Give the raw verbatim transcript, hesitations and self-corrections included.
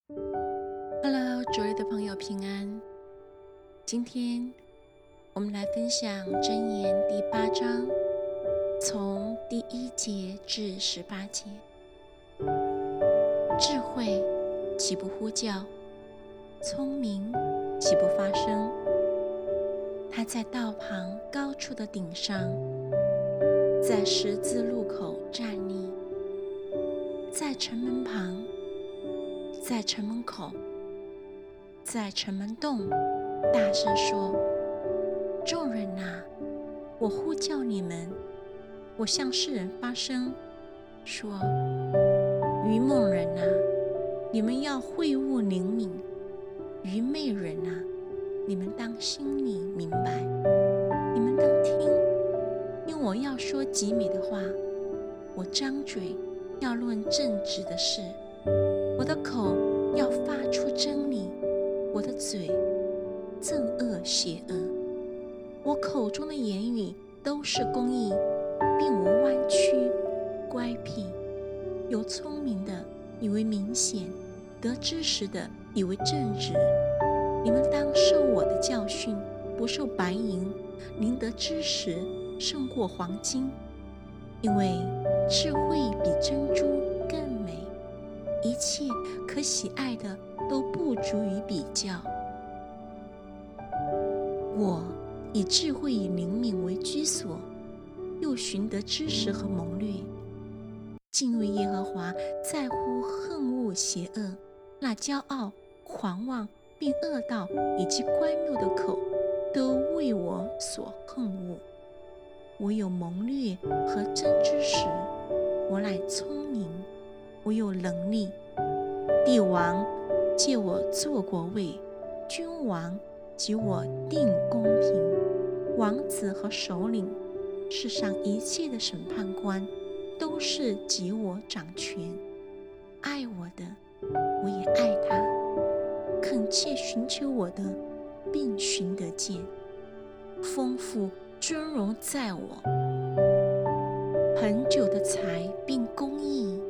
Hello，主日的朋友平安。今天我们来分享箴言第八章，从第一节至十八节。智慧岂不呼叫？聪明岂不发声？他在道旁高处的顶上，在十字路口站立，在城门旁，在城门口，在城门洞大声说：众人啊，我呼叫你们，我向世人发声，说：愚梦人啊，你们要会悟灵敏；愚昧人啊，你们当心里明白，你们当听，因我要说极美的话，我张嘴要论正直的事，我的口要发出真理，我的嘴憎恶邪恶，我口中的言语都是公义，并无弯曲乖僻。有聪明的以为明显，得知识的以为正直。你们当受我的教训，不受白银，宁得知识胜过黄金，因为智慧比珍珠更美，一切可喜爱的都不足以比较。我以智慧与灵敏为居所，又寻得知识和谋略。敬畏耶和华在乎恨恶邪恶，那骄傲、狂妄并恶道以及乖谬的口，都为我所恨恶。我有谋略和真知识，我乃聪明，我有能力。帝王借我坐国位，君王及我定公平，王子和首领，世上一切的审判官，都是及我掌权。爱我的，我也爱他；恳切寻求我的，并寻得见。丰富尊荣在我，恒久的财并公义，